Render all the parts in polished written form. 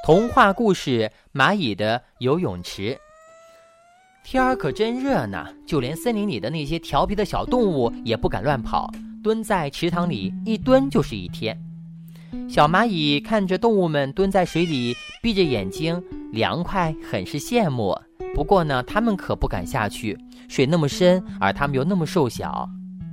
童话故事《蚂蚁的游泳池》。天儿可真热呢，就连森林里的那些调皮的小动物也不敢乱跑，蹲在池塘里一蹲就是一天。小蚂蚁看着动物们蹲在水里，闭着眼睛凉快，很是羡慕。不过呢，它们可不敢下去，水那么深，而它们又那么瘦小。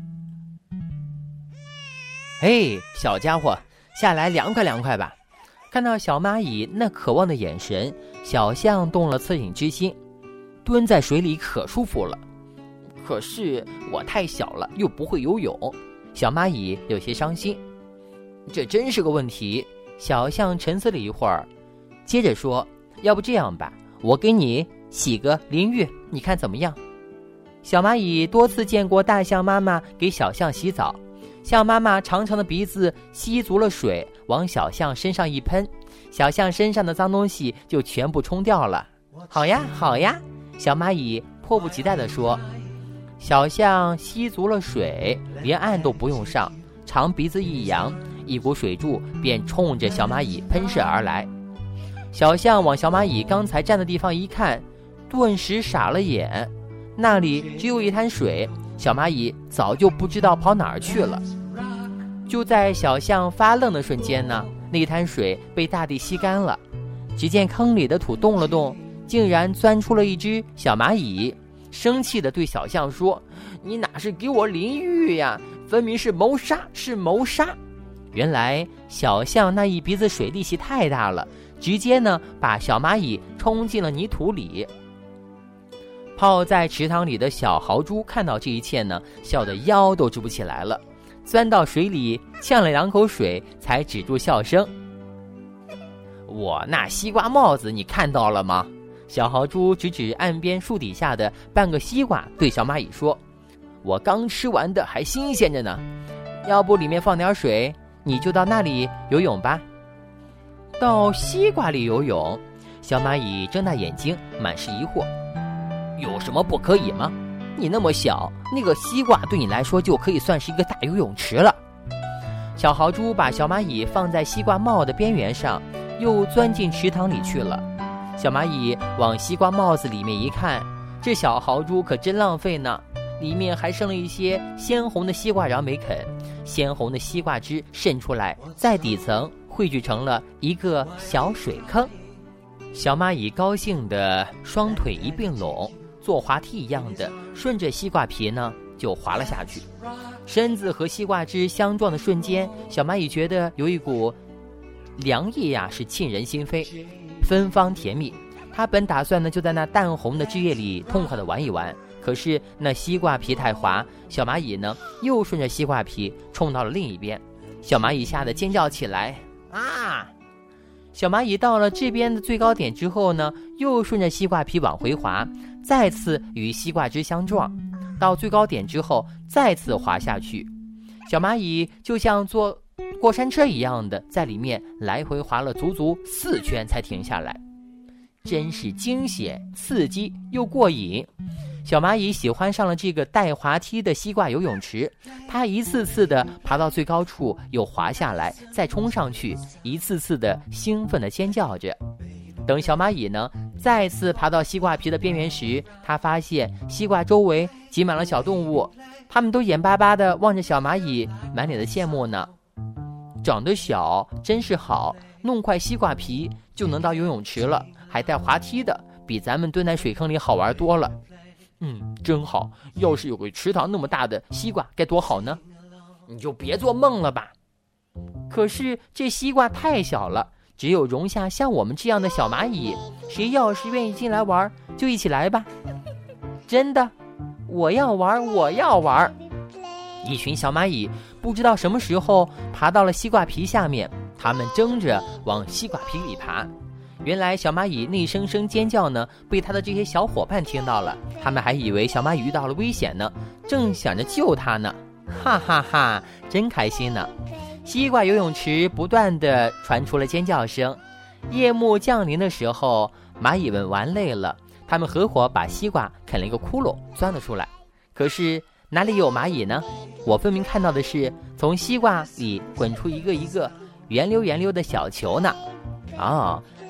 嘿，小家伙，下来凉快凉快吧。看到小蚂蚁那渴望的眼神，小象动了恻隐之心，蹲在水里可舒服了。可是我太小了，又不会游泳。小蚂蚁有些伤心。这真是个问题。小象沉思了一会儿，接着说，要不这样吧，我给你洗个淋浴，你看怎么样？小蚂蚁多次见过大象妈妈给小象洗澡，象妈妈长长的鼻子吸足了水，往小象身上一喷，小象身上的脏东西就全部冲掉了。好呀好呀，小蚂蚁迫不及待地说。小象吸足了水，连岸都不用上，长鼻子一扬，一股水柱便冲着小蚂蚁喷射而来。小象往小蚂蚁刚才站的地方一看，顿时傻了眼，那里只有一滩水，小蚂蚁早就不知道跑哪儿去了。就在小象发愣的瞬间呢，那滩水被大地吸干了，只见坑里的土动了动，竟然钻出了一只小蚂蚁，生气地对小象说，你哪是给我淋浴呀，分明是谋杀，是谋杀。原来小象那一鼻子水力气太大了，直接呢把小蚂蚁冲进了泥土里。泡在池塘里的小豪猪看到这一切呢，笑得腰都直不起来了，钻到水里呛了2口水才止住笑声。我那西瓜帽子你看到了吗？小豪猪指指岸边树底下的半个西瓜，对小蚂蚁说，我刚吃完的还新鲜着呢，要不里面放点水，你就到那里游泳吧。到西瓜里游泳？小蚂蚁睁大眼睛，满是疑惑。有什么不可以吗？你那么小，那个西瓜对你来说就可以算是一个大游泳池了。小豪猪把小蚂蚁放在西瓜帽的边缘上，又钻进池塘里去了。小蚂蚁往西瓜帽子里面一看，这小豪猪可真浪费呢，里面还剩了一些鲜红的西瓜瓤没啃，鲜红的西瓜汁渗出来，在底层汇聚成了一个小水坑。小蚂蚁高兴的双腿一并拢，做滑梯一样的顺着西瓜皮呢就滑了下去。身子和西瓜汁相撞的瞬间，小蚂蚁觉得有一股凉意呀，是沁人心扉，芬芳甜蜜。它本打算呢就在那淡红的汁液里痛快的玩一玩，可是那西瓜皮太滑，小蚂蚁呢又顺着西瓜皮冲到了另一边。小蚂蚁吓得尖叫起来啊！小蚂蚁到了这边的最高点之后呢，又顺着西瓜皮往回滑，再次与西瓜汁相撞，到最高点之后再次滑下去。小蚂蚁就像坐过山车一样的在里面来回滑了足足4圈才停下来，真是惊险刺激又过瘾。小蚂蚁喜欢上了这个带滑梯的西瓜游泳池，它一次次的爬到最高处，又滑下来，再冲上去，一次次的兴奋的尖叫着。等小蚂蚁呢再次爬到西瓜皮的边缘时，它发现西瓜周围挤满了小动物，它们都眼巴巴的望着小蚂蚁，满脸的羡慕呢。长得小真是好，弄块西瓜皮就能到游泳池了，还带滑梯的，比咱们蹲在水坑里好玩多了。真好，要是有个池塘那么大的西瓜该多好呢。你就别做梦了吧。可是这西瓜太小了，只有容下像我们这样的小蚂蚁，谁要是愿意进来玩就一起来吧。真的，我要玩我要玩。一群小蚂蚁不知道什么时候爬到了西瓜皮下面，它们争着往西瓜皮里爬。原来小蚂蚁那声声尖叫呢，被它的这些小伙伴听到了，他们还以为小蚂蚁遇到了危险呢，正想着救它呢，哈哈哈，真开心呢。西瓜游泳池不断地传出了尖叫声。夜幕降临的时候，蚂蚁们玩累了，他们合伙把西瓜啃了一个窟窿，钻了出来。可是哪里有蚂蚁呢？我分明看到的是从西瓜里滚出一个一个圆溜圆溜的小球呢。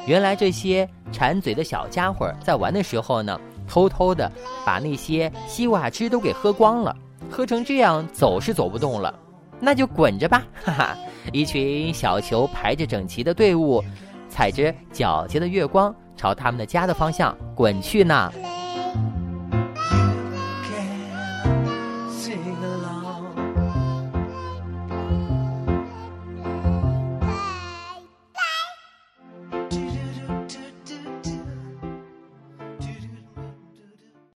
原来这些馋嘴的小家伙在玩的时候呢，偷偷的把那些西瓜汁都给喝光了，喝成这样走是走不动了，那就滚着吧，哈哈！一群小球排着整齐的队伍，踩着皎洁的月光，朝他们的家的方向滚去呢。